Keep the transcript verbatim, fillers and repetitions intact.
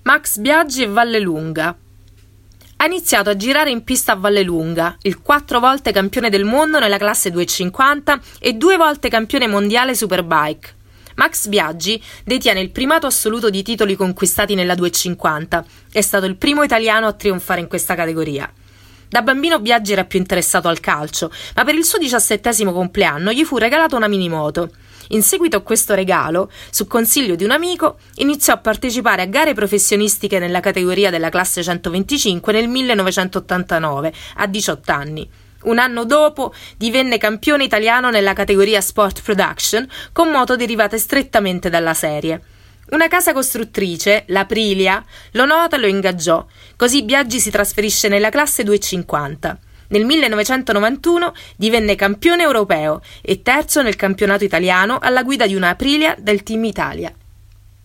Max Biaggi e Vallelunga. Ha iniziato a girare in pista a Vallelunga, il quattro volte campione del mondo nella classe duecentocinquanta e due volte campione mondiale Superbike. Max Biaggi detiene il primato assoluto di titoli conquistati nella duecentocinquanta. È stato il primo italiano a trionfare in questa categoria. Da bambino Biaggi era più interessato al calcio, ma per il suo diciassettesimo compleanno gli fu regalata una minimoto. In seguito a questo regalo, su consiglio di un amico, iniziò a partecipare a gare professionistiche nella categoria della classe centoventicinque nel millenovecentottantanove, a diciotto anni. Un anno dopo divenne campione italiano nella categoria Sport Production, con moto derivate strettamente dalla serie. Una casa costruttrice, l'Aprilia, lo nota e lo ingaggiò, così Biaggi si trasferisce nella classe duecentocinquanta. Nel millenovecentonovantuno divenne campione europeo e terzo nel campionato italiano alla guida di una Aprilia del Team Italia.